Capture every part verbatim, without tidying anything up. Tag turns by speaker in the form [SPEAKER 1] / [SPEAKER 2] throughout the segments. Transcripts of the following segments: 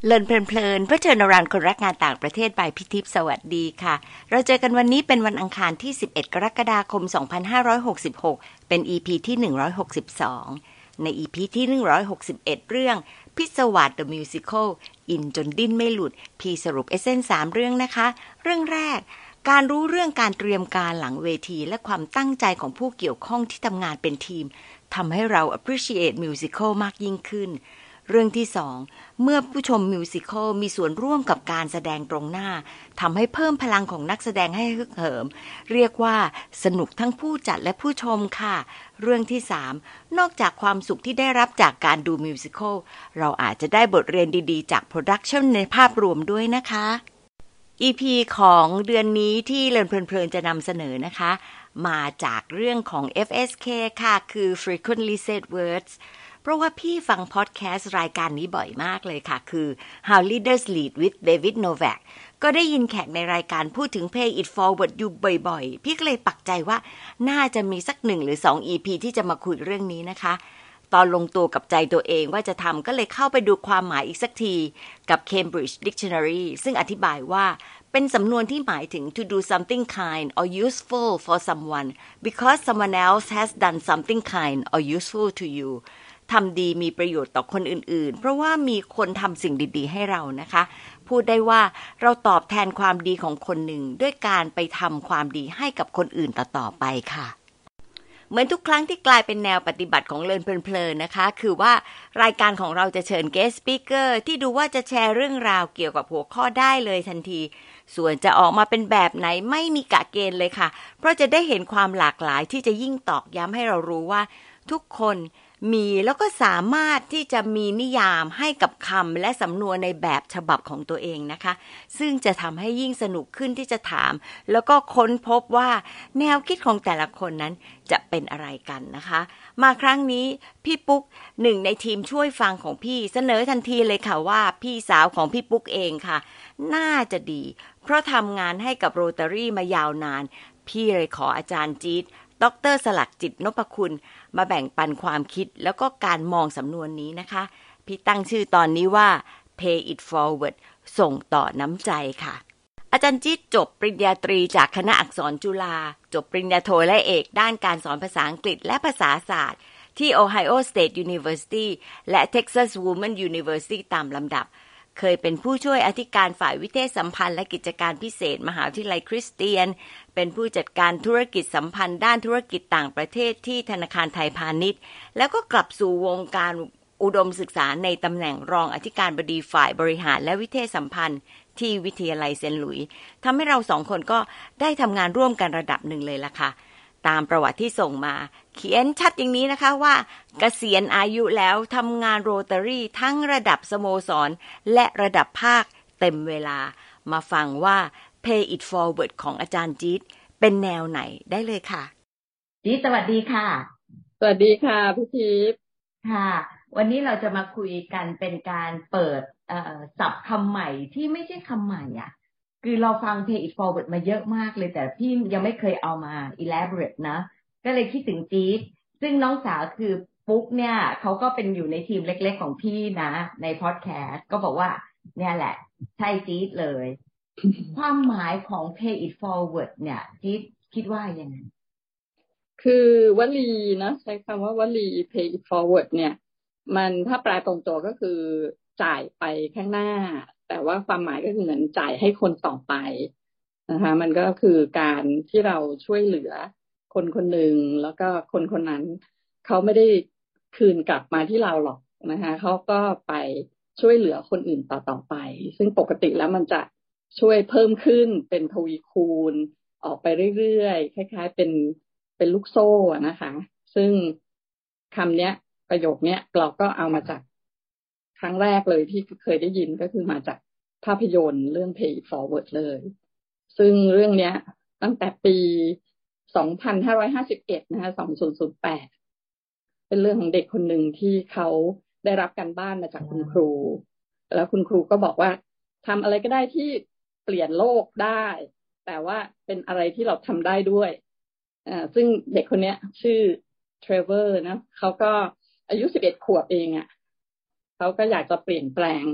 [SPEAKER 1] เลินเพลินๆเพื่อเชิญนรานคนรักงานต่างประเทศบายพิทิพย์สวัสดีค่ะเราเจอกันวันนี้เป็นวันอังคารที่สิบเอ็ดกรกฎาคมสองพันห้าร้อยหกสิบหกเป็น อี พี ที่หนึ่งร้อยหกสิบสองใน อี พี ที่หนึ่งร้อยหกสิบเอ็ดเรื่องพิศวาส The Musical อินจนดิ้นไม่หลุดพี่สรุปเอเซนสามเรื่องนะคะเรื่องแรกการรู้เรื่องการเตรียมการหลังเวทีและความตั้งใจของผู้เกี่ยวข้องที่ทำงานเป็นทีมทำให้เรา appreciate musical มากยิ่งขึ้นเรื่องที่สองเมื่อผู้ชมมิวสิคัลมีส่วนร่วมกับการแสดงตรงหน้าทำให้เพิ่มพลังของนักแสดงให้ฮึกเหิมเรียกว่าสนุกทั้งผู้จัดและผู้ชมค่ะเรื่องที่สามนอกจากความสุขที่ได้รับจากการดูมิวสิคัลเราอาจจะได้บทเรียนดีๆจากโปรดักชันในภาพรวมด้วยนะคะ อี พี ของเดือนนี้ที่เลินเพลินๆจะนำเสนอนะคะมาจากเรื่องของ เอฟ เอส เค ค่ะคือ Frequently Said Wordsเพราะว่าพี่ฟังพอดแคสต์รายการนี้บ่อยมากเลยค่ะคือ How Leaders Lead with David Novak ก็ได้ยินแขกในรายการพูดถึง Pay It Forward อยู่บ่อยๆพี่ก็เลยปักใจว่าน่าจะมีสักหนึ่งหรือสอง อี พี ที่จะมาคุยเรื่องนี้นะคะตอนลงตัวกับใจตัวเองว่าจะทำก็เลยเข้าไปดูความหมายอีกสักทีกับ Cambridge Dictionary ซึ่งอธิบายว่าเป็นสำนวนที่หมายถึง to do something kind or useful for someone because someone else has done something kind or useful to youทำดีมีประโยชน์ต่อคนอื่นๆเพราะว่ามีคนทำสิ่งดีๆให้เรานะคะพูดได้ว่าเราตอบแทนความดีของคนหนึ่งด้วยการไปทำความดีให้กับคนอื่นต่อๆไปค่ะเหมือนทุกครั้งที่กลายเป็นแนวปฏิบัติของเลินเพลินๆนะคะคือว่ารายการของเราจะเชิญ guest speaker ที่ดูว่าจะแชร์เรื่องราวเกี่ยวกับหัวข้อได้เลยทันทีส่วนจะออกมาเป็นแบบไหนไม่มีกะเกณฑ์เลยค่ะเพราะจะได้เห็นความหลากหลายที่จะยิ่งตอกย้ำให้เรารู้ว่าทุกคนมีแล้วก็สามารถที่จะมีนิยามให้กับคำและสำนวนในแบบฉบับของตัวเองนะคะซึ่งจะทำให้ยิ่งสนุกขึ้นที่จะถามแล้วก็ค้นพบว่าแนวคิดของแต่ละคนนั้นจะเป็นอะไรกันนะคะมาครั้งนี้พี่ปุ๊กหนึ่งในทีมช่วยฟังของพี่เสนอทันทีเลยค่ะว่าพี่สาวของพี่ปุ๊กเองค่ะน่าจะดีเพราะทำงานให้กับโรตารี่มายาวนานพี่เลยขออาจารย์จี๊ดดร.สลักจิตนพคุณมาแบ่งปันความคิดแล้วก็การมองสำนวนนี้นะคะพี่ตั้งชื่อตอนนี้ว่า Pay It Forward ส่งต่อน้ำใจค่ะอาจารย์จิ๊ดจบปริญญาตรีจากคณะอักษรจุฬาจบปริญญาโทและเอกด้านการสอนภาษาอังกฤษและภาษาศาสตร์ที่ Ohio State University และ Texas Woman University ตามลำดับเคยเป็นผู้ช่วยอธิการฝ่ายวิเทศสัมพันธ์และกิจการพิเศษมหาวิทยาลัยคริสเตียนเป็นผู้จัดการธุรกิจสัมพันธ์ด้านธุรกิจต่างประเทศที่ธนาคารไทยพาณิชย์แล้วก็กลับสู่วงการอุดมศึกษาในตำแหน่งรองอธิการบดีฝ่ายบริหารและวิเทศสัมพันธ์ที่วิทยาลัยเซนต์หลุยส์ทำให้เราสองคนก็ได้ทำงานร่วมกันระดับหนึ่งเลยล่ะค่ะตามประวัติที่ส่งมาเขียนชัดอย่างนี้นะคะว่าเกษียณอายุแล้วทำงานโรตารี่ทั้งระดับสโมสรและระดับภาคเต็มเวลามาฟังว่า Pay It Forward ของอาจารย์จี๊ดเป็นแนวไหนได้เลยค่ะจี๊ดสวัสดีค่ะ
[SPEAKER 2] สวัสดีค่ะพี่ทิพย์
[SPEAKER 1] ค่ะวันนี้เราจะมาคุยกันเป็นการเปิดเอ่อศัพท์คำใหม่ที่ไม่ใช่คำใหม่อ่ะคือเราฟัง Pay It Forward มาเยอะมากเลยแต่พี่ยังไม่เคยเอามา elaborate นะก็เลยคิดถึงจี๊ดซึ่งน้องสาวคือปุ๊กเนี่ยเขาก็เป็นอยู่ในทีมเล็กๆของพี่นะในพอดแคสต์ก็บอกว่าเนี่ยแหละใช่จี๊ดเลย ความหมายของ Pay It Forward เนี่ยจี๊ดคิดว่ายังไง
[SPEAKER 2] คือวลีนะใช้คำว่าวลี Pay It Forward เนี่ยมันถ้าแปลตรงตัวก็คือจ่ายไปข้างหน้าแต่ว่าความหมายก็คือเหมือนจ่ายให้คนต่อไปนะคะมันก็คือการที่เราช่วยเหลือคนคนหนึ่งแล้วก็คนคนนั้นเขาไม่ได้คืนกลับมาที่เราหรอกนะคะเขาก็ไปช่วยเหลือคนอื่นต่อๆไปซึ่งปกติแล้วมันจะช่วยเพิ่มขึ้นเป็นทวีคูณออกไปเรื่อยๆคล้ายๆเป็นเป็นลูกโซ่นะคะซึ่งคำเนี้ยประโยคเนี้ยเราก็เอามาจากครั้งแรกเลยที่เคยได้ยินก็คือมาจากภาพยนตร์เรื่อง Pay It Forward เลยซึ่งเรื่องเนี้ยตั้งแต่ปีสองพันห้าร้อยห้าสิบเอ็ดนะคะสองพันแปดเป็นเรื่องของเด็กคนหนึ่งที่เขาได้รับการบ้านมาจากคุณครูแล้วคุณครูก็บอกว่าทำอะไรก็ได้ที่เปลี่ยนโลกได้แต่ว่าเป็นอะไรที่เราทำได้ด้วยอ่าซึ่งเด็กคนเนี้ยชื่อเทรเวอร์นะเขาก็อายุสิบเอ็ดขวบเองอ่ะเขาก็อยากจะเปลี่ยนแปลง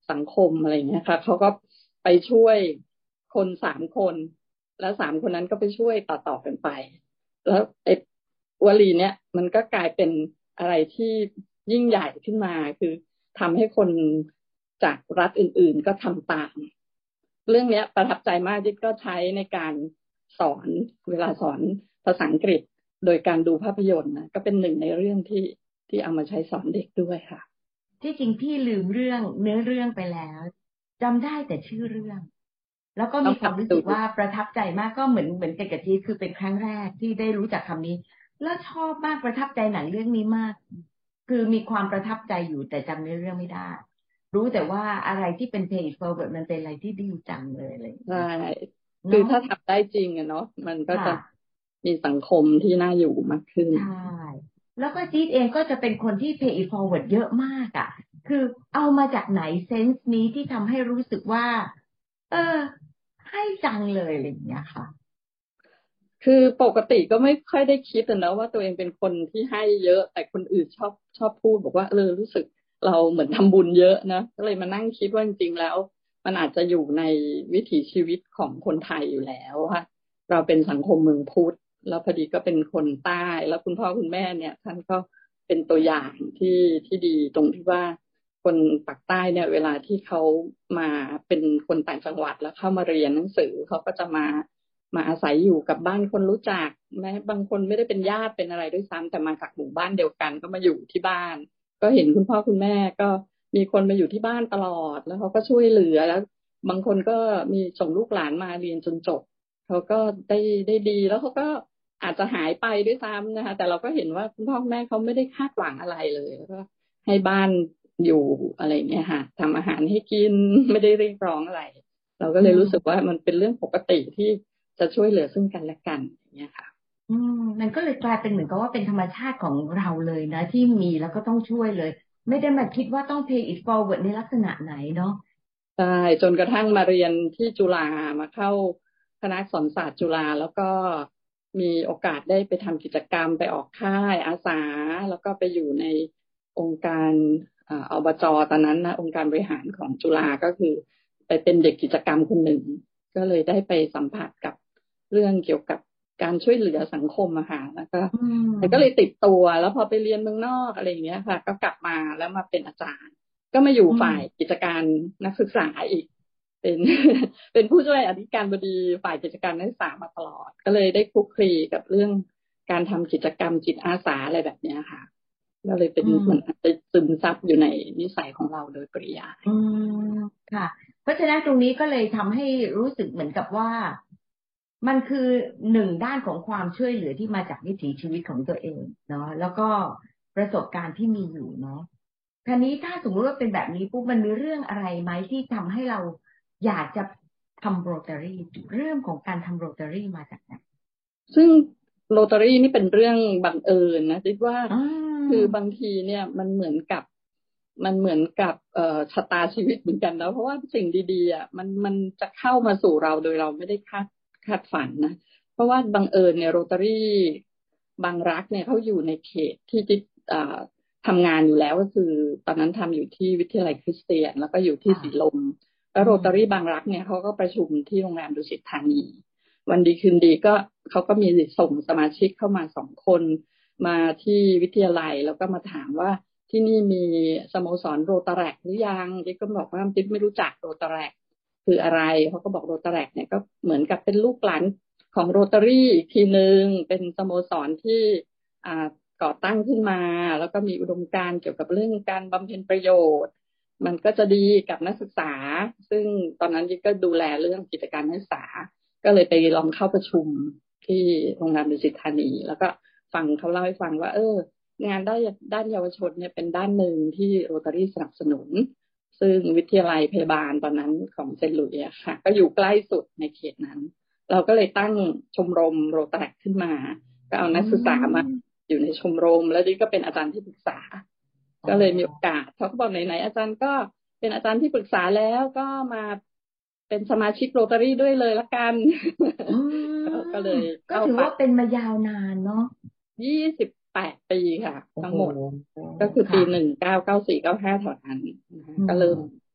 [SPEAKER 2] สังคมอะไรอย่างเงี้ยค่ะเขาก็ไปช่วยคนสามคนแล้วสามคนนั้นก็ไปช่วยต่อๆกันไปแล้วไอ้วลีเนี้ยมันก็กลายเป็นอะไรที่ยิ่งใหญ่ขึ้นมาคือทำให้คนจากรัฐอื่นๆก็ทำตามเรื่องเนี้ยประทับใจมากที่ก็ใช้ในการสอนเวลาสอนภาษาอังกฤษโดยการดูภาพยนตร์นะก็เป็นหนึ่งในเรื่องที่ที่เอามาใช้สอนเด็กด้วยค่ะ
[SPEAKER 1] ที่จริงพี่ลืมเรื่องเนื้อเรื่องไปแล้วจำได้แต่ชื่อเรื่องแล้วก็มีความรู้สึกว่าประทับใจมากก็เหมือนเหมือนกับกะทิคือเป็นครั้งแรกที่ได้รู้จักคำนี้แล้วชอบมากประทับใจหนังเรื่องนี้มากคือมีความประทับใจอยู่แต่จำเนื้อเรื่องไม่ได้รู้แต่ว่าอะไรที่เป็น pay it forward มันเป็นอะไรที่ดีจังเลยเลย
[SPEAKER 2] ใช่คือถ้าทำได้จริงอะเนาะมันก็จะมีสังคมที่น่าอยู่มากขึ้น
[SPEAKER 1] ใช่แล้วก็จี๊ดเองก็จะเป็นคนที่ pay it forward เยอะมากอ่ะคือเอามาจากไหนเซนส์นี้ที่ทำให้รู้สึกว่าเออให้จังเลยอะไรอย่างเงี้ยค่ะ
[SPEAKER 2] คือปกติก็ไม่ค่อยได้คิดนะว่าตัวเองเป็นคนที่ให้เยอะแต่คนอื่นชอบชอบพูดบอกว่าเออรู้สึกเราเหมือนทำบุญเยอะนะก็เลยมานั่งคิดว่าจริงๆแล้วมันอาจจะอยู่ในวิถีชีวิตของคนไทยอยู่แล้วค่ะเราเป็นสังคมเมืองพุทธแล้วพอดีก็เป็นคนใต้แล้วคุณพ่อคุณแม่เนี่ยท่านก็เป็นตัวอย่างที่ที่ดีตรงที่ว่าคนปากใต้เนี่ยเวลาที่เขามาเป็นคนต่างจังหวัดแล้วเข้ามาเรียนหนังสือเขาก็จะมามาอาศัยอยู่กับบ้านคนรู้จักแม้บางคนไม่ได้เป็นญาติเป็นอะไรด้วยซ้ำแต่มาจากหมู่บ้านเดียวกันก็มาอยู่ที่บ้านก็เห็นคุณพ่อคุณแม่ก็มีคนมาอยู่ที่บ้านตลอดแล้วเขาก็ช่วยเหลือแล้วบางคนก็มีส่งลูกหลานมาเรียนจนจบเขาก็ได้ได้ดีแล้วเขาก็อาจจะหายไปด้วยซ้ำนะคะแต่เราก็เห็นว่าคุณพ่อคุณแม่เขาไม่ได้คาดหวังอะไรเลยแล้วก็ให้บ้านอยู่อะไรเงี้ยค่ะทำอาหารให้กินไม่ได้เรียกร้องอะไรเราก็เลยรู้สึกว่ามันเป็นเรื่องปกติที่จะช่วยเหลือซึ่งกันและกันอย่างเงี้ยค่ะ
[SPEAKER 1] อืมมันก็เลยกลายเป็นเหมือนกับว่าเป็นธรรมชาติของเราเลยนะที่มีแล้วก็ต้องช่วยเลยไม่ได้มาคิดว่าต้อง pay it forward ในลักษณะไหนเนาะ
[SPEAKER 2] ใช่จนกระทั่งมาเรียนที่จุฬามาเข้าคณะอักษรศาสตร์จุฬาแล้วก็มีโอกาสได้ไปทำกิจกรรมไปออกค่ายอาสาแล้วก็ไปอยู่ในองค์การอ่าอบจ.ตอนนั้นนะองค์การบริหารของจุฬาก็คือไปเป็นเด็กกิจกรรมคนหนึ่งก็เลยได้ไปสัมผัสกับเรื่องเกี่ยวกับการช่วยเหลือสังคมอะค่ะแล้วก็แต่ก็เลยติดตัวแล้วพอไปเรียนเมืองนอกอะไรอย่างเงี้ยค่ะก็กลับมาแล้วมาเป็นอาจารย์ก็มาอยู่ฝ่ายกิจการนักศึกษาอีกเป็นเป็นผู้ช่วยอธิการบดีฝ่ายกิจการนักศึกษามาตลอดก็เลยได้คลุกคลีกับเรื่องการทำกิจกรรมจิตอาสาอะไรแบบเนี้ยค่ะก็เลยเป็นเหมือนไปซึมซับอยู่ในนิสัยของเราโดยปริยาย
[SPEAKER 1] อืมค่ะ เพราะฉะนั้นตรงนี้ก็เลยทำให้รู้สึกเหมือนกับว่ามันคือหนึ่งด้านของความช่วยเหลือที่มาจากวิถีชีวิตของตัวเองเนาะแล้วก็ประสบการณ์ที่มีอยู่เนาะคราวนี้ถ้าสมมติว่าเป็นแบบนี้ปุ๊บมันมีเรื่องอะไรไหมที่ทำให้เราอยากจะทำโรตารี่เรื่องของการทำโรตารี่มาจากไหน
[SPEAKER 2] ซึ่งโรตารี่นี่เป็นเรื่องบังเอิญนะคิดว่าคือบางทีเนี่ยมันเหมือนกับมันเหมือนกับเอ่อชะตาชีวิตเหมือนกันนะเพราะว่าสิ่งดีๆอ่ะมันมันจะเข้ามาสู่เราโดยเราไม่ได้คาดคาดฝันนะเพราะว่าบังเอิญเนี่ยโรตารี่บางรักเนี่ยเขาอยู่ในเขตที่จิ๊บอ่าทำงานอยู่แล้วก็คือตอนนั้นทำอยู่ที่วิทยาลัยคริสเตียนแล้วก็อยู่ที่ศรีลมแล้วโรตารี่บางรักเนี่ยเขาก็ประชุมที่โรงแรมดุสิตธานีวันดีคืนดีก็เขาก็มีส่งสมาชิกเข้ามาสองคนมาที่วิทยาลัยแล้วก็มาถามว่าที่นี่มีสโมสรโรตาแรกหรือยังจิ๊กก็บอกว่าจิ๊กไม่รู้จักโรตาแรกคืออะไรเขาก็บอกโรตาแรกเนี่ยก็เหมือนกับเป็นลูกหลานของโรตารี่อีกทีนึงเป็นสโมสรที่อ่าก่อตั้งขึ้นมาแล้วก็มีอุดมการณ์เกี่ยวกับเรื่องการบำเพ็ญประโยชน์มันก็จะดีกับนักศึกษาซึ่งตอนนั้นจิ๊กก็ดูแลเรื่องกิจการนักศึกษาก็เลยไปลองเข้าประชุมที่โรงแรมดุสิตธานีแล้วก็ฟังเขาเล่าให้ฟังว่าเอองานด้านด้านเยาวชนเนี่ยเป็นด้านหนึ่งที่โรตารี่สนับสนุนซึ่งวิทยาลัยพยาบาลตอนนั้นของเซนต์หลุยส์ค่ะก็อยู่ใกล้สุดในเขตนั้นเราก็เลยตั้งชมรมโรตาแรกขึ้นมาก็เอานักศึกษามาอยู่ในชมรมแล้วดิก็เป็นอาจารย์ที่ปรึกษาก็เลยมีโอกาสเขาก็บอกไหนๆอาจารย์ก็เป็นอาจารย์ที่ปรึกษาแล้วก็มาเป็นสมาชิกโรตารี่ด้วยเลยละกันก็เลย
[SPEAKER 1] ก็ถือว่าเป็นมายาวนานเนาะ
[SPEAKER 2] ยี่สิบแปดปีค่ะทั้งหมดก็คือปีหนึ่งเก้าเก้าสี่เก้าห้าแถวนั้นก็เริ่ม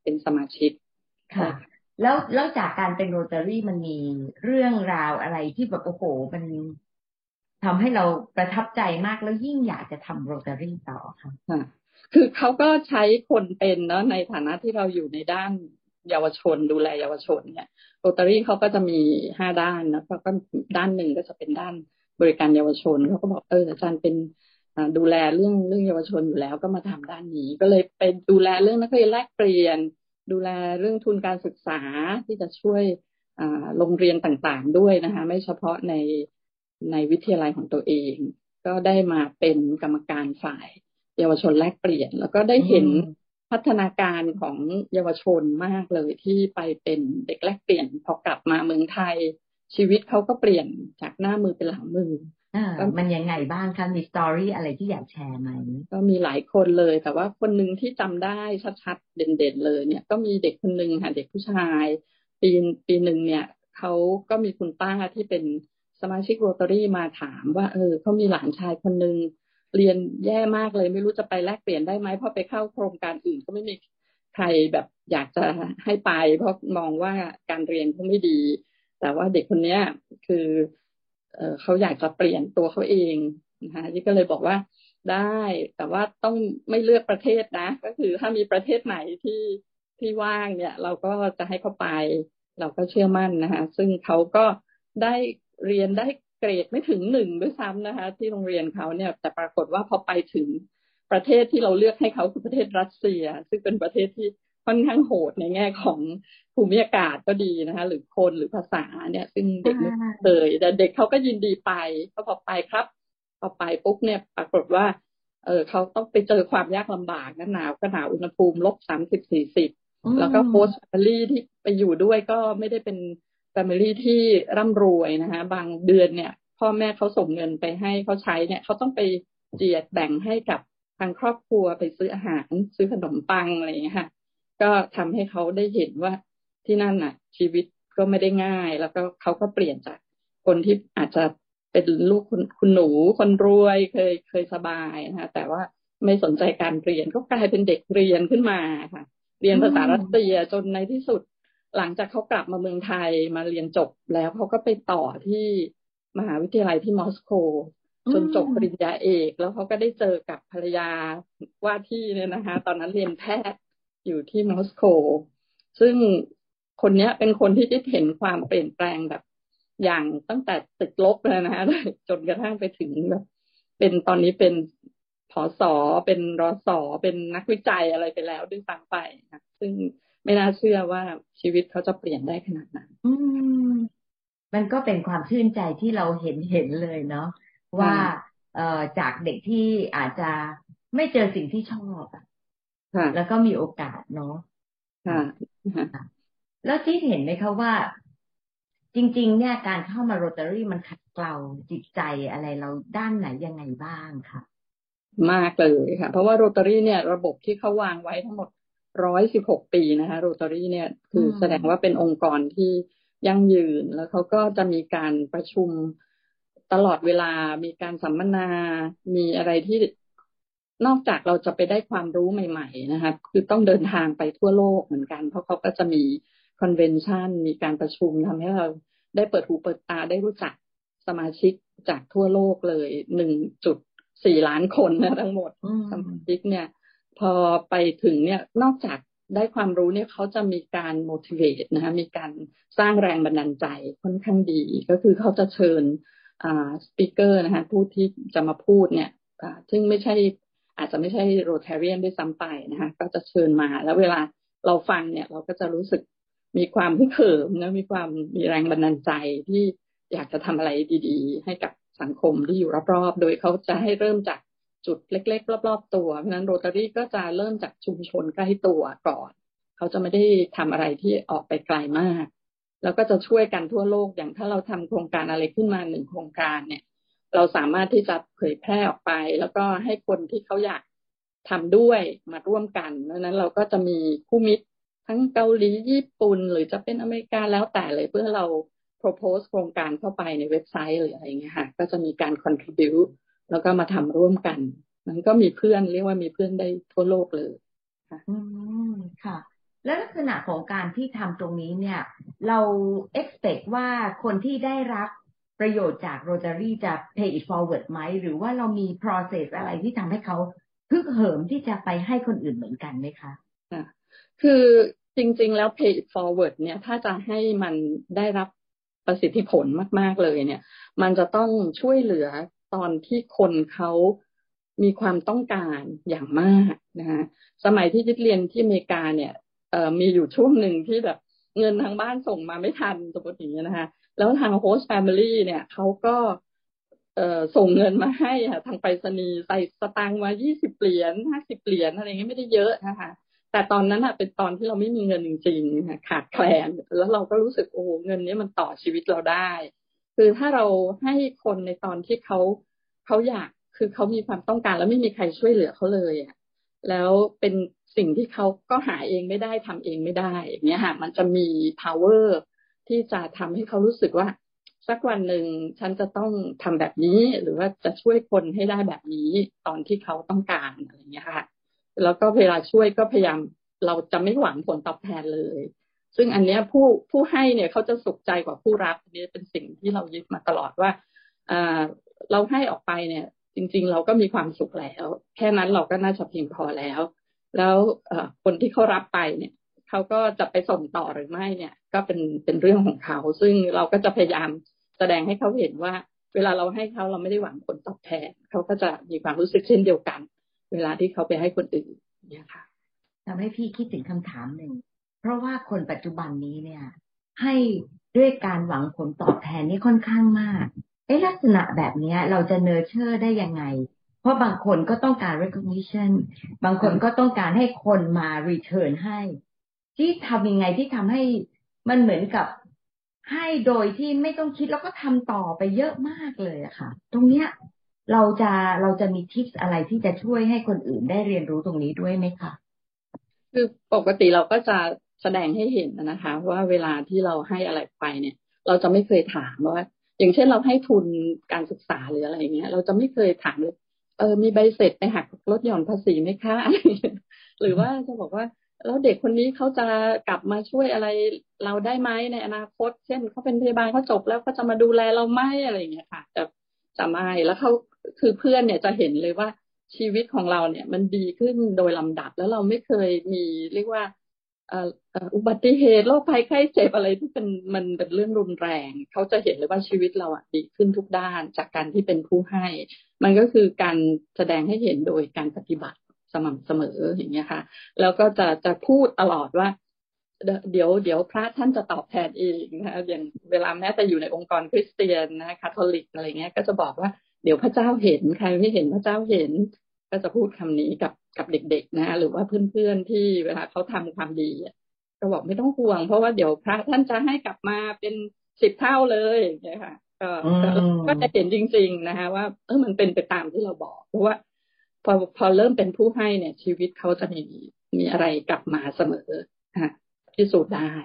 [SPEAKER 2] เป็นสมาชิก
[SPEAKER 1] ค่ะแล้วแล้วจากการเป็นโรตารี่มันมีเรื่องราวอะไรที่แบบโอ้โหมันทำให้เราประทับใจมากแล้วยิ่งอยากจะทำโรตารี่ต่อค่ะ
[SPEAKER 2] ค่ะคือเขาก็ใช้คนเป็นเนาะในฐานะที่เราอยู่ในด้านเยาวชนดูแลเยาวชนเนี่ยโรตารี่เขาก็จะมีห้าด้านนะแล้วก็ด้านหนึ่งก็จะเป็นด้านบริการเยาวชนเขาก็บอกเอออาจารย์เป็นดูแลเรื่องเรื่องเยาวชนอยู่แล้วก็มาทำด้านนี้ก็เลยไปดูแลเรื่องนักเรียนแลกเปลี่ยนดูแลเรื่องทุนการศึกษาที่จะช่วยโรงเรียนต่างๆด้วยนะคะไม่เฉพาะในในวิทยาลัยของตัวเองก็ได้มาเป็นกรรมการฝ่ายเยาวชนแลกเปลี่ยนแล้วก็ได้เห็นพัฒนาการของเยาวชนมากเลยที่ไปเป็นเด็กแลกเปลี่ยนพอกลับมาเมืองไทยชีวิตเขาก็เปลี่ยนจากหน้ามือเป็นหลังมือ
[SPEAKER 1] มันยังไงบ้างคะมีสตอรี่อะไรที่อยากแชร์ไหม
[SPEAKER 2] ก็มีหลายคนเลยแต่ว่าคนหนึ่งที่จำได้ชัดๆเด่นๆเลยเนี่ยก็มีเด็กคนหนึ่งค่ะเด็กผู้ชายปีปีหนึ่งเนี่ยเขาก็มีคุณป้าที่เป็นสมาชิกโรตารี่มาถามว่าเออเขามีหลานชายคนหนึ่งเรียนแย่มากเลยไม่รู้จะไปแลกเปลี่ยนได้ไหมเพราะไปเข้าโครงการอื่นก็ไม่มีใครแบบอยากจะให้ไปเพราะมองว่าการเรียนเขาไม่ดีแต่ว่าเด็กคนนี้คือเอ่อเขาอยากจะเปลี่ยนตัวเขาเองนะคะที่ก็เลยบอกว่าได้แต่ว่าต้องไม่เลือกประเทศนะก็คือถ้ามีประเทศไหนที่ที่ว่างเนี่ยเราก็จะให้เขาไปเราก็เชื่อมั่นนะคะซึ่งเขาก็ได้เรียนได้เกรดไม่ถึงหนึ่งด้วยซ้ำนะคะที่โรงเรียนเขาเนี่ยแต่ปรากฏว่าพอไปถึงประเทศที่เราเลือกให้เขาคือประเทศรัสเซียซึ่งเป็นประเทศที่ค่อนข้างโหดในแง่ของภูมิอากาศก็ดีนะคะหรือคนหรือภาษาเนี่ยซึ่งเด็กไม่เคยแต่เด็กเขาก็ยินดีไปเขาบอกไปครับพอไปปุ๊บเนี่ยปรากฏว่าเออเขาต้องไปเจอความยากลำบากนะหนาวก็หนาวอุณหภูมิลบสามสิบสี่สิบแล้วก็โฮสต์แฟมิลี่ที่ไปอยู่ด้วยก็ไม่ได้เป็นแฟมิลี่ที่ร่ำรวยนะคะบางเดือนเนี่ยพ่อแม่เขาส่งเงินไปให้เขาใช้เนี่ยเขาต้องไปเจียดแบ่งให้กับทางครอบครัวไปซื้ออาหารซื้อขนมปังอะไรอย่างเงี้ยค่ะก็ทำให้เขาได้เห็นว่าที่นั่นน่ะชีวิตก็ไม่ได้ง่ายแล้วก็เขาก็เปลี่ยนจากคนที่อาจจะเป็นลูกคุณคุณหนูคนรวยเคยเคยสบายนะคะแต่ว่าไม่สนใจการเรียนก็กลายเป็นเด็กเรียนขึ้นมาค่ะเรียนภาษารัสเซียจนในที่สุดหลังจากเขากลับมาเมืองไทยมาเรียนจบแล้วเขาก็ไปต่อที่มหาวิทยาลัยที่มอสโกจนจบปริญญาเอกแล้วเขาก็ได้เจอกับภรรยาว่าที่เนี่ยนะคะตอนนั้นเรียนแพทย์อยู่ที่มอสโกซึ่งคนนี้เป็นคนที่ได้เห็นความเปลี่ยนแปลงแบบอย่างตั้งแต่ติดลบเลยนะคะจนกระทั่งไปถึงแบบเป็นตอนนี้เป็นผส.เป็นรส.เป็นนักวิจัยอะไรไปแล้วด้วยซ้ำไปนะซึ่งไม่น่าเชื่อว่าชีวิตเขาจะเปลี่ยนได้ขนาดนั้น
[SPEAKER 1] อืมมันก็เป็นความชื่นใจที่เราเห็นเห็นเลยเนาะว่าเอ่อจากเด็กที่อาจจะไม่เจอสิ่งที่ชอบอ่ะแล้วก็มีโอกาสเนาะแล้วที่เห็นไหมคะว่าจริงๆเนี่ยการเข้ามาโรตารี่มันขัดเกลาจิตใจอะไรเราด้านไหนยังไงบ้างค่ะ
[SPEAKER 2] มากเลยค่ะเพราะว่าโรตารี่เนี่ยระบบที่เขาวางไว้ทั้งหมดร้อยสิบหกปีนะคะโรตารี่เนี่ยคือแสดงว่าเป็นองค์กรที่ยั่งยืนแล้วเขาก็จะมีการประชุมตลอดเวลามีการสัมมนามีอะไรที่นอกจากเราจะไปได้ความรู้ใหม่ๆนะคะคือต้องเดินทางไปทั่วโลกเหมือนกันเพราะเขาก็จะมีคอนเวนชั่นมีการประชุมทำให้เราได้เปิดหูเปิดตาได้รู้จักสมาชิกจากทั่วโลกเลยหนึ่งจุดสี่ล้านคนนะทั้งหมดสมาชิกเนี่ยพอไปถึงเนี่ยนอกจากได้ความรู้เนี่ยเขาจะมีการ motivate นะคะมีการสร้างแรงบันดาลใจค่อนข้างดีก็คือเขาจะเชิญอ่าสปีกเกอร์นะคะผู้ที่จะมาพูดเนี่ยอ่าซึ่งไม่ใช่อาจจะไม่ใช่โรแทเรียนด้วยซ้ำไปนะคะก็จะเชิญมาแล้วเวลาเราฟังเนี่ยเราก็จะรู้สึกมีความฮึกเหิมนะมีความมีแรงบันดาลใจที่อยากจะทำอะไรดีๆให้กับสังคมที่อยู่รอบๆโดยเขาจะให้เริ่มจากจุดเล็กๆรอบๆตัวเพราะฉะนั้นโรตารี่ก็จะเริ่มจากชุมชนใกล้ตัวก่อนเขาจะไม่ได้ทำอะไรที่ออกไปไกลมากแล้วก็จะช่วยกันทั่วโลกอย่างถ้าเราทำโครงการอะไรขึ้นมาหนึ่งโครงการเนี่ยเราสามารถที่จะเผยแพร่ออกไปแล้วก็ให้คนที่เขาอยากทำด้วยมาร่วมกันดังนั้นเราก็จะมีคู่มิตรทั้งเกาหลีญี่ปุ่นหรือจะเป็นอเมริกาแล้วแต่เลยเพื่อเราpropose โครงการเข้าไปในเว็บไซต์หรืออะไรเงี้ยค่ะก็จะมีการ contribute แล้วก็มาทำร่วมกันมันก็มีเพื่อนเรียกว่ามีเพื่อนได้ทั่วโลกเลยค่ะ
[SPEAKER 1] อืมค่ะและลักษณะของการที่ทำตรงนี้เนี่ยเรา expect ว่าคนที่ได้รับประโยชน์จาก Rotary จะ pay it forward ไหมหรือว่าเรามี process อะไรที่ทำให้เขาฮึกเหิมที่จะไปให้คนอื่นเหมือนกันไหมคะ
[SPEAKER 2] คือจริงๆแล้ว pay it forward เนี่ยถ้าจะให้มันได้รับประสิทธิผลมากๆเลยเนี่ยมันจะต้องช่วยเหลือตอนที่คนเขามีความต้องการอย่างมากนะคะสมัยที่ยิดเรียนที่อเมริกาเนี่ยเอ่อมีอยู่ช่วงหนึ่งที่แบบเงินทางบ้านส่งมาไม่ทันสมมติอย่างเงี้ยนะคะแล้วทาง host family เนี่ยเขาก็เอ่อส่งเงินมาให้ค่ะทางไปรษณีย์ใส่สตางค์มายี่สิบเหรียญห้าสิบเหรียญอะไรเงี้ยไม่ได้เยอะนะคะแต่ตอนนั้นอ่ะเป็นตอนที่เราไม่มีเงินจริงๆขาดแคลนแล้วเราก็รู้สึกโอ้เงินนี้มันต่อชีวิตเราได้คือถ้าเราให้คนในตอนที่เขาเขาอยากคือเขามีความต้องการแล้วไม่มีใครช่วยเหลือเขาเลยอ่ะแล้วเป็นสิ่งที่เขาก็หาเองไม่ได้ทำเองไม่ได้อย่างเงี้ยค่ะมันจะมี power ที่จะทำให้เขารู้สึกว่าสักวันหนึ่งฉันจะต้องทำแบบนี้หรือว่าจะช่วยคนให้ได้แบบนี้ตอนที่เขาต้องการอะไรอย่างเงี้ยค่ะแล้วก็เวลาช่วยก็พยายามเราจะไม่หวังผลตอบแทนเลยซึ่งอันเนี้ยผู้ผู้ให้เนี่ยเขาจะสุขใจกว่าผู้รับนี่เป็นสิ่งที่เรายึดมาตลอดว่าอ่าเราให้ออกไปเนี่ยจริงๆเราก็มีความสุขแล้วแค่นั้นเราก็น่าจะเพียงพอแล้วแล้วคนที่เขารับไปเนี่ยเขาก็จะไปส่งต่อหรือไม่เนี่ยก็เป็นเป็นเรื่องของเขาซึ่งเราก็จะพยายามแสดงให้เขาเห็นว่าเวลาเราให้เขาเราไม่ได้หวังผลตอบแทนเขาก็จะมีความรู้สึกเช่นเดียวกันเวลาที่เขาไปให้คนอื่นเนี่ยค่ะ
[SPEAKER 1] ทำให้พี่คิดถึงคำถามหนึ่งเพราะว่าคนปัจจุบันนี้เนี่ยให้ด้วยการหวังผลตอบแทนนี่ค่อนข้างมากเอ๊ะลักษณะแบบนี้เราจะเนอร์เชอร์ได้ยังไงเพราะบางคนก็ต้องการ recognition บางคนก็ต้องการให้คนมา return ให้ที่ทำยังไงที่ทำให้มันเหมือนกับให้โดยที่ไม่ต้องคิดแล้วก็ทำต่อไปเยอะมากเลยอะค่ะตรงเนี้ยเราจะเราจะมีทิปอะไรที่จะช่วยให้คนอื่นได้เรียนรู้ตรงนี้ด้วยไหมคะ
[SPEAKER 2] คือปกติเราก็จะแสดงให้เห็นนะคะว่าเวลาที่เราให้อะไรไปเนี่ยเราจะไม่เคยถามว่าอย่างเช่นเราให้ทุนการศึกษาหรืออะไรเงี้ยเราจะไม่เคยถามเลยเออมีใบเสร็จไปหักลดหย่อนภาษีไหมคะหรือว่าจะบอกว่าแล้วเด็กคนนี้เขาจะกลับมาช่วยอะไรเราได้ไหมในอนาคตเช่นเขาเป็นพยาบาลเขาจบแล้วเขาจะมาดูแลเราไหมอะไรอย่างเงี้ยค่ะแต่จะไม่แล้วเขาคือเพื่อนเนี่ยจะเห็นเลยว่าชีวิตของเราเนี่ยมันดีขึ้นโดยลำดับแล้วเราไม่เคยมีเรียกว่าอุบัติเหตุโรคภัยไข้เจ็บอะไรที่เป็นมันเป็นเรื่องรุนแรงเขาจะเห็นเลยว่าชีวิตเราอ่ะดีขึ้นทุกด้านจากการที่เป็นผู้ให้มันก็คือการแสดงให้เห็นโดยการปฏิบัติสม่ำเสมออย่างเงี้ยค่ะแล้วก็จะจะพูดตลอดว่าเดี๋ยวเดี๋ยวพระท่านจะตอบแทนเองนะคะอย่างเวลาแม้แต่อยู่ในองค์กรคริสเตียนนะคาทอลิกอะไรเงี้ยก็จะบอกว่าเดี๋ยวพระเจ้าเห็นใครไม่เห็นพระเจ้าเห็นก็จะพูดคำนี้กับกับเด็กๆนะหรือว่าเพื่อนๆที่เวลาเขาทำความดีก็บอกไม่ต้องห่วงเพราะว่าเดี๋ยวพระท่านจะให้กลับมาเป็นสิบเท่าเลยอย่างเงี้ยค่ะก็ก็จะเห็นจริงๆนะคะว่าเออมันเป็นไปตามที่เราบอกเพราะว่าพอพอเริ่มเป็นผู้ให้เนี่ยชีวิตเขาจะมีมีอะไรกลับมาเสมอค่ะพิสูจน์ได้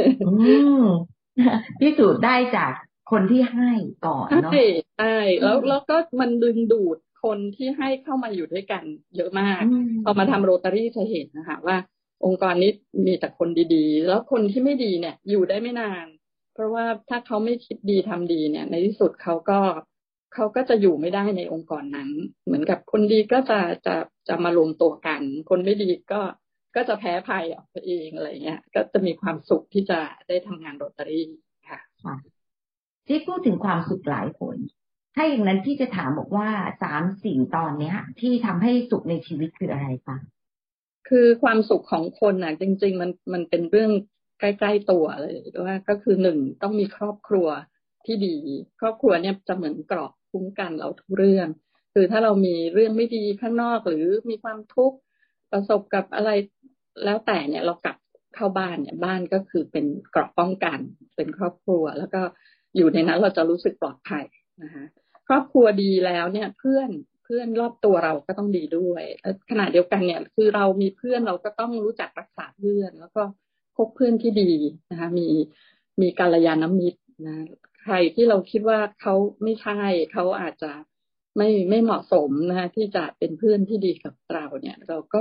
[SPEAKER 1] พิสูจน์ได้จากคนที่ให้ก่อนเนาะ
[SPEAKER 2] ใช่ใช่แล้วแล้วก็มันดึงดูดคนที่ให้เข้ามาอยู่ด้วยกันเยอะมากพอมาทำโรตารี่จะเห็นนะคะว่าองค์กรนี้มีแต่คนดีๆแล้วคนที่ไม่ดีเนี่ยอยู่ได้ไม่นานเพราะว่าถ้าเขาไม่คิดดีทำดีเนี่ยในที่สุดเขาก็เขาก็จะอยู่ไม่ได้ในองค์กรนั้นเหมือนกับคนดีก็จะจะจะมารวมตัวกันคนไม่ดีก็ก็จะแพ้ภัยออกไปเองอะไรเงี้ยก็จะมีความสุขที่จะได้ทำงานโรตารี่ค่ะ
[SPEAKER 1] ที่พูดถึงความสุขหลายผลถ้าอย่างนั้นพี่จะถามบอกว่าสามสิ่งตอนเนี้ยที่ทำให้สุขในชีวิตคืออะไรคะ
[SPEAKER 2] คือความสุขของคนน่ะจริงๆมันมันเป็นเรื่องใกล้ๆตัวเลยว่าก็คือหนึ่งต้องมีครอบครัวที่ดีครอบครัวเนี่ยจะเหมือนเกราะคุ้มกันเราทุกเรื่องคือถ้าเรามีเรื่องไม่ดีข้างนอกหรือมีความทุกข์ประสบกับอะไรแล้วแต่เนี่ยเรากลับเข้าบ้านเนี่ยบ้านก็คือเป็นเกราะป้องกันเป็นครอบครัวแล้วก็อยู่ในนั้นเราจะรู้สึกปลอดภัยนะคะครอบครัวดีแล้วเนี่ยเพื่อนเพื่อนรอบตัวเราก็ต้องดีด้วยขณะเดียวกันเนี่ยคือเรามีเพื่อนเราก็ต้องรู้จักรักษาเพื่อนแล้วก็คบเพื่อนที่ดีนะคะมีมีกัลยาณมิตรนะใครที่เราคิดว่าเขาไม่ใช่เขาอาจจะไม่ไม่เหมาะสมนะคะที่จะเป็นเพื่อนที่ดีกับเราเนี่ยเราก็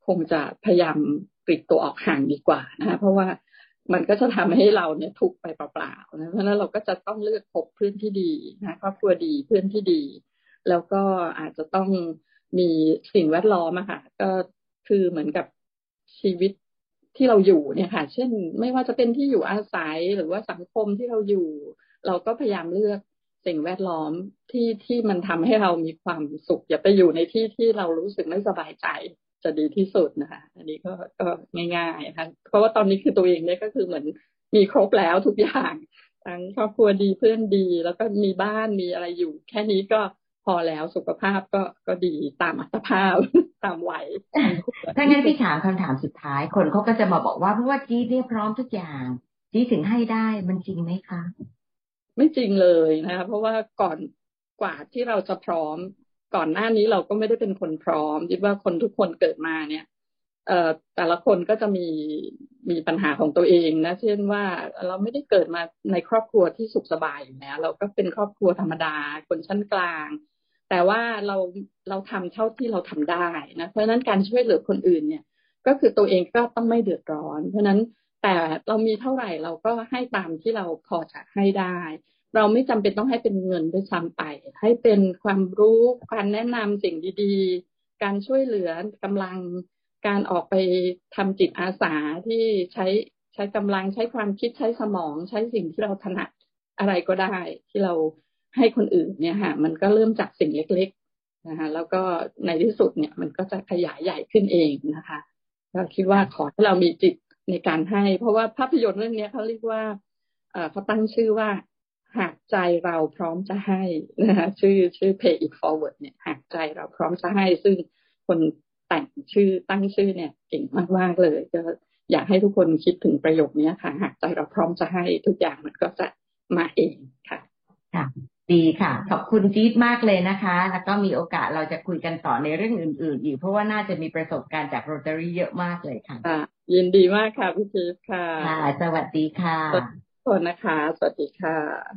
[SPEAKER 2] คงจะพยายามปลีกตัวออกห่างดีกว่านะคะเพราะว่ามันก็จะทำให้เราเนี่ยทุกข์ไปเปล่าๆนะเพราะฉะนั้นเราก็จะต้องเลือกคบเพื่อนที่ดีนะครอบครัวดีเพื่อนที่ดีแล้วก็อาจจะต้องมีสิ่งแวดล้อมอะค่ะก็คือเหมือนกับชีวิตที่เราอยู่เนี่ยค่ะเช่นไม่ว่าจะเป็นที่อยู่อาศัยหรือว่าสังคมที่เราอยู่เราก็พยายามเลือกสิ่งแวดล้อมที่ที่มันทำให้เรามีความสุขอย่าไปอยู่ในที่ที่เรารู้สึกไม่สบายใจจะดีที่สุดนะคะอันนี้ก็ก็ง่ายๆนะคะเพราะว่าตอนนี้คือตัวเองเนี่ยก็คือเหมือนมีครบแล้วทุกอย่างทั้งครอบครัวดีเพื่อนดีแล้วก็มีบ้านมีอะไรอยู่แค่นี้ก็พอแล้วสุขภาพก็ก็ดีตามอัตภาพตามวัย
[SPEAKER 3] ถ้างั้นพี่ถามคำถามสุดท้ายคนเขาก็จะมาบอกว่าเพราะว่าจี๊ดเนี่ยพร้อมทุกอย่างจี๊ดถึงให้ได้มันจริงไหมคะ
[SPEAKER 2] ไม่จริงเลยนะคะเพราะว่าก่อนกว่าที่เราจะพร้อมก่อนหน้านี้เราก็ไม่ได้เป็นคนพร้อมคิดว่าคนทุกคนเกิดมาเนี่ยเอ่อแต่ละคนก็จะมีมีปัญหาของตัวเองนะเช่นว่าเราไม่ได้เกิดมาในครอบครัวที่สุขสบายอยู่แล้วเราก็เป็นครอบครัวธรรมดาคนชั้นกลางแต่ว่าเราเราทำเท่าที่เราทำได้นะเพราะฉะนั้นการช่วยเหลือคนอื่นเนี่ยก็คือตัวเองก็ต้องไม่เดือดร้อนเพราะฉะนั้นแต่เรามีเท่าไหร่เราก็ให้ตามที่เราพอจะให้ได้เราไม่จำเป็นต้องให้เป็นเงินด้วยซ้ำไปให้เป็นความรู้การแนะนำสิ่งดีๆการช่วยเหลือกำลังการออกไปทำจิตอาสาที่ใช้ใช้กำลังใช้ความคิดใช้สมองใช้สิ่งที่เราถนัดอะไรก็ได้ที่เราให้คนอื่นเนี่ยค่ะมันก็เริ่มจากสิ่งเล็กๆนะคะแล้วก็ในที่สุดเนี่ยมันก็จะขยายใหญ่ขึ้นเองนะคะเราคิดว่าขอให้เรามีจิตในการให้เพราะว่าภาพยนตร์เรื่องนี้เขาเรียกว่าเอ่อเขาตั้งชื่อว่าหากใจเราพร้อมจะให้นะคะชื่อชื่อ Pay It Forward เนี่ยหากใจเราพร้อมจะให้ซึ่งคนแต่งชื่อตั้งชื่อเนี่ยเก่งมากๆเลยก็อยากให้ทุกคนคิดถึงประโยคนี้ค่ะหากใจเราพร้อมจะให้ทุกอย่างมันก็จะมาเองค่ะ
[SPEAKER 3] ค่ะดีค่ะขอบคุณจี๊ดมากเลยนะคะแล้วก็มีโอกาสเราจะคุยกันต่อในเรื่องอื่นๆอีกเพราะว่าน่าจะมีประสบการณ์จากโรตารี่เยอะมากเลยค่ะ
[SPEAKER 2] ยินดีมากค่ะพี่จี๊ดค่ะ
[SPEAKER 3] ค่ะสวัสดีค่ะ
[SPEAKER 2] ขอบคุณนะคะสวัสดีค่ะ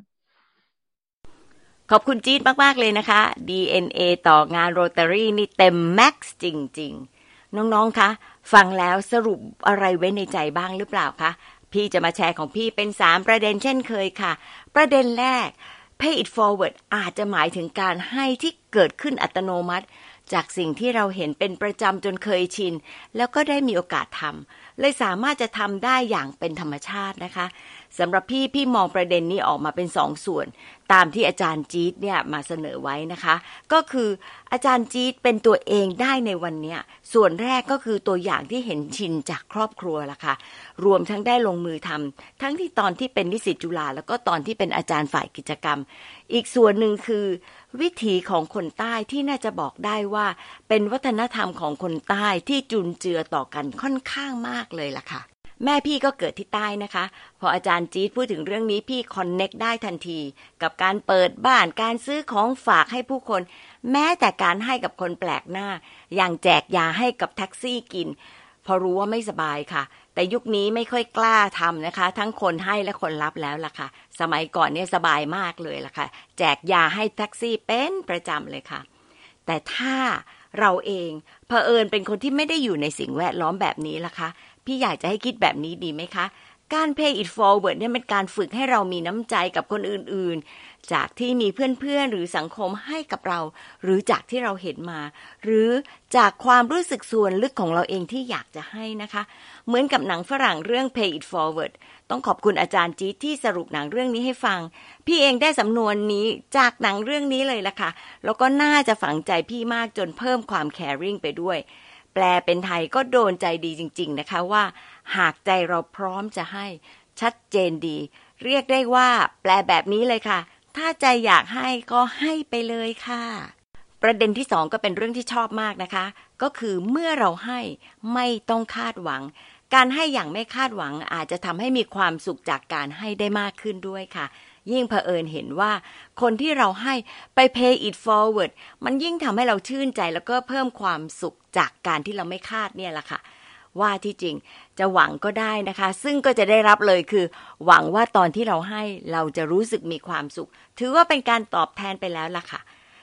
[SPEAKER 1] ขอบคุณจี๊ดมากๆเลยนะคะ ดี เอ็น เอ ต่องานโรตารี่นี่เต็มแม็กซ์จริงๆน้องๆคะฟังแล้วสรุปอะไรไว้ในใจบ้างหรือเปล่าคะพี่จะมาแชร์ของพี่เป็นสามประเด็นเช่นเคยค่ะประเด็นแรก Pay it forward อาจจะหมายถึงการให้ที่เกิดขึ้นอัตโนมัติจากสิ่งที่เราเห็นเป็นประจำจนเคยชินแล้วก็ได้มีโอกาสทำเลยสามารถจะทำได้อย่างเป็นธรรมชาตินะคะสำหรับพี่พี่มองประเด็นนี้ออกมาเป็นสองส่วนตามที่อาจารย์จี๊ดเนี่ยมาเสนอไว้นะคะก็คืออาจารย์จี๊ดเป็นตัวเองได้ในวันนี้ส่วนแรกก็คือตัวอย่างที่เห็นชินจากครอบครัวล่ะค่ะรวมทั้งได้ลงมือทำทั้งที่ตอนที่เป็นนิสิตจุฬาแล้วก็ตอนที่เป็นอาจารย์ฝ่ายกิจกรรมอีกส่วนหนึ่งคือวิถีของคนใต้ที่น่าจะบอกได้ว่าเป็นวัฒนธรรมของคนใต้ที่จุนเจือต่อกันค่อนข้างมากเลยล่ะค่ะแม่พี่ก็เกิดที่ใต้นะคะพออาจารย์จี๊ดพูดถึงเรื่องนี้พี่คอนเน็กได้ทันทีกับการเปิดบ้านการซื้อของฝากให้ผู้คนแม้แต่การให้กับคนแปลกหน้าอย่างแจกยาให้กับแท็กซี่กินพอรู้ว่าไม่สบายค่ะแต่ยุคนี้ไม่ค่อยกล้าทำนะคะทั้งคนให้และคนรับแล้วล่ะค่ะสมัยก่อนเนี่ยสบายมากเลยล่ะค่ะแจกยาให้แท็กซี่เป็นประจำเลยค่ะแต่ถ้าเราเองเผอิญเป็นคนที่ไม่ได้อยู่ในสิ่งแวดล้อมแบบนี้ล่ะคะพี่อยากจะให้คิดแบบนี้ดีไหมคะการ pay it forward เนี่ยเป็นการฝึกให้เรามีน้ำใจกับคนอื่นๆจากที่มีเพื่อนๆหรือสังคมให้กับเราหรือจากที่เราเห็นมาหรือจากความรู้สึกส่วนลึกของเราเองที่อยากจะให้นะคะเหมือนกับหนังฝรั่งเรื่อง pay it forward ต้องขอบคุณอาจารย์จี๊ดที่สรุปหนังเรื่องนี้ให้ฟังพี่เองได้สำนวนนี้จากหนังเรื่องนี้เลยล่ะค่ะแล้วก็น่าจะฝังใจพี่มากจนเพิ่มความ caring ไปด้วยแปลเป็นไทยก็โดนใจดีจริงๆนะคะว่าหากใจเราพร้อมจะให้ชัดเจนดีเรียกได้ว่าแปลแบบนี้เลยค่ะถ้าใจอยากให้ก็ให้ไปเลยค่ะประเด็นที่สองก็เป็นเรื่องที่ชอบมากนะคะก็คือเมื่อเราให้ไม่ต้องคาดหวังการให้อย่างไม่คาดหวังอาจจะทำให้มีความสุขจากการให้ได้มากขึ้นด้วยค่ะยิ่งเผอิญเห็นว่าคนที่เราให้ไป pay it forward มันยิ่งทำให้เราชื่นใจแล้วก็เพิ่มความสุขจากการที่เราไม่คาดเนี่ยแหละค่ะว่าที่จริงจะหวังก็ได้นะคะซึ่งก็จะได้รับเลยคือหวังว่าตอนที่เราให้เราจะรู้สึกมีความสุขถือว่าเป็นการตอบแทนไปแล้วล่ะค่ะ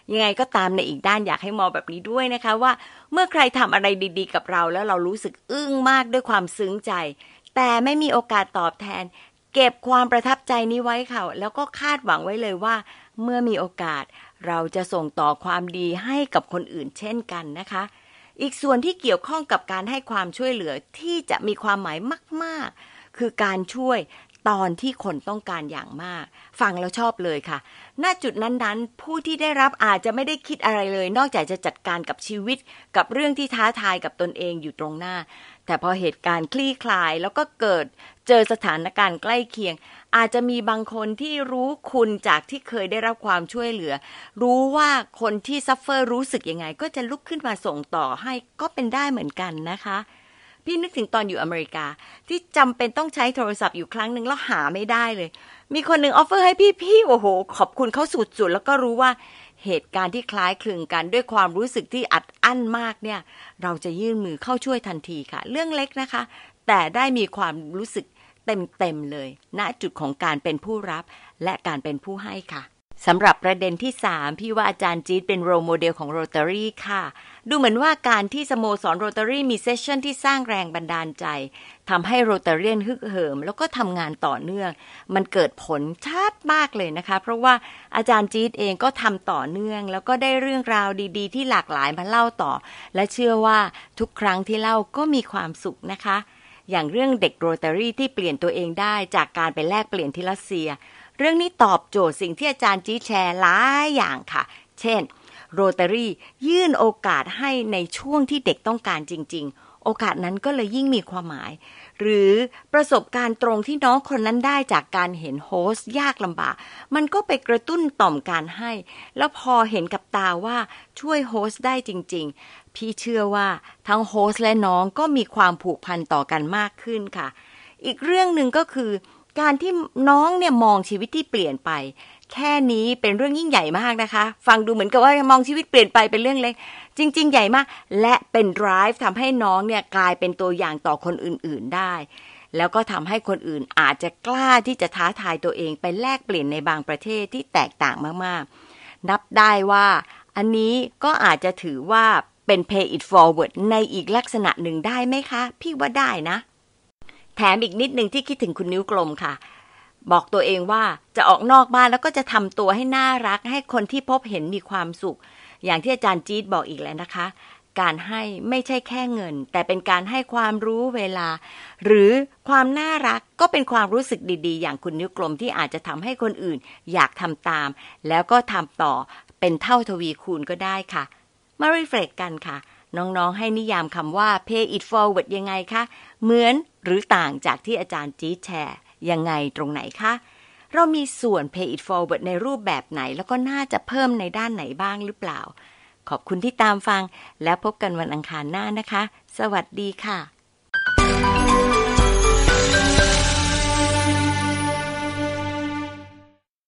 [SPEAKER 1] ยังไงก็ตามในอีกด้านอยากให้มองแบบนี้ด้วยนะคะว่าเมื่อใครทำอะไรดีๆกับเราแล้วเรารู้สึกอึ้งมากด้วยความซึ้งใจแต่ไม่มีโอกาสตอบแทนเก็บความประทับใจนี้ไว้ค่ะแล้วก็คาดหวังไว้เลยว่าเมื่อมีโอกาสเราจะส่งต่อความดีให้กับคนอื่นเช่นกันนะคะอีกส่วนที่เกี่ยวข้องกับการให้ความช่วยเหลือที่จะมีความหมายมากๆคือการช่วยตอนที่คนต้องการอย่างมากฟังแล้วชอบเลยค่ะณจุดนั้นๆผู้ที่ได้รับอาจจะไม่ได้คิดอะไรเลยนอกจากจะจัดการกับชีวิตกับเรื่องที่ท้าทายกับตนเองอยู่ตรงหน้าแต่พอเหตุการณ์คลี่คลายแล้วก็เกิดเจอสถานการณ์ใกล้เคียงอาจจะมีบางคนที่รู้คุณจากที่เคยได้รับความช่วยเหลือรู้ว่าคนที่ซัฟเฟอร์รู้สึกยังไงก็จะลุกขึ้นมาส่งต่อให้ก็เป็นได้เหมือนกันนะคะพี่นึกถึงตอนอยู่อเมริกาที่จำเป็นต้องใช้โทรศัพท์อยู่ครั้งนึงแล้วหาไม่ได้เลยมีคนหนึ่งออฟเฟอร์ให้พี่ๆโอ้โหขอบคุณเขาสุดๆแล้วก็รู้ว่าเหตุการณ์ที่คล้ายคลึงกันด้วยความรู้สึกที่อัดอั้นมากเนี่ยเราจะยื่นมือเข้าช่วยทันทีค่ะเรื่องเล็กนะคะแต่ได้มีความรู้สึกเต็มๆเลยณจุดของการเป็นผู้รับและการเป็นผู้ให้ค่ะสำหรับประเด็นที่สามพี่ว่าอาจารย์จี๊ดเป็นโรลโมเดลของ Rotary ค่ะดูเหมือนว่าการที่สโมสร Rotary มีเซสชั่นที่สร้างแรงบันดาลใจทำให้ Rotarian ฮึกเหิมแล้วก็ทำงานต่อเนื่องมันเกิดผลชัดมากเลยนะคะเพราะว่าอาจารย์จี๊ดเองก็ทำต่อเนื่องแล้วก็ได้เรื่องราวดีๆที่หลากหลายมาเล่าต่อและเชื่อว่าทุกครั้งที่เล่าก็มีความสุขนะคะอย่างเรื่องเด็ก Rotary ที่เปลี่ยนตัวเองได้จากการไปแลกเปลี่ยนที่รัสเซียเรื่องนี้ตอบโจทย์สิ่งที่อาจารย์จี๊ดแชร์หลายอย่างค่ะเช่นโรตารี่ยื่นโอกาสให้ในช่วงที่เด็กต้องการจริงๆโอกาสนั้นก็เลยยิ่งมีความหมายหรือประสบการณ์ตรงที่น้องคนนั้นได้จากการเห็นโฮสต์ยากลำบากมันก็ไปกระตุ้นต่อมการให้แล้วพอเห็นกับตาว่าช่วยโฮสต์ได้จริงๆพี่เชื่อว่าทั้งโฮสต์และน้องก็มีความผูกพันต่อกันมากขึ้นค่ะอีกเรื่องหนึ่งก็คือการที่น้องเนี่ยมองชีวิตที่เปลี่ยนไปแค่นี้เป็นเรื่องยิ่งใหญ่มากนะคะฟังดูเหมือนกับว่ามองชีวิตเปลี่ยนไปเป็นเรื่องเล็กจริงๆใหญ่มากและเป็น drive ทำให้น้องเนี่ยกลายเป็นตัวอย่างต่อคนอื่นๆได้แล้วก็ทำให้คนอื่นอาจจะกล้าที่จะท้าทายตัวเองไปแลกเปลี่ยนในบางประเทศที่แตกต่างมากๆนับได้ว่าอันนี้ก็อาจจะถือว่าเป็น pay it forward ในอีกลักษณะหนึ่งได้ไหมคะพี่ว่าได้นะแถมอีกนิดนึงที่คิดถึงคุณนิ้วกลมค่ะบอกตัวเองว่าจะออกนอกบ้านแล้วก็จะทำตัวให้น่ารักให้คนที่พบเห็นมีความสุขอย่างที่อาจารย์จี๊ดบอกอีกแล้วนะคะการให้ไม่ใช่แค่เงินแต่เป็นการให้ความรู้เวลาหรือความน่ารักก็เป็นความรู้สึกดีๆอย่างคุณนิ้วกลมที่อาจจะทำให้คนอื่นอยากทำตามแล้วก็ทำต่อเป็นเท่าทวีคูณก็ได้ค่ะมารีเฟล็กกันค่ะน้องๆให้นิยามคำว่า pay it forward ยังไงคะเหมือนหรือต่างจากที่อาจารย์จี๊ดแชร์ยังไงตรงไหนคะเรามีส่วน pay it forward ในรูปแบบไหนแล้วก็น่าจะเพิ่มในด้านไหนบ้างหรือเปล่าขอบคุณที่ตามฟังแล้วพบกันวันอังคารหน้านะคะสวัสดีค่ะ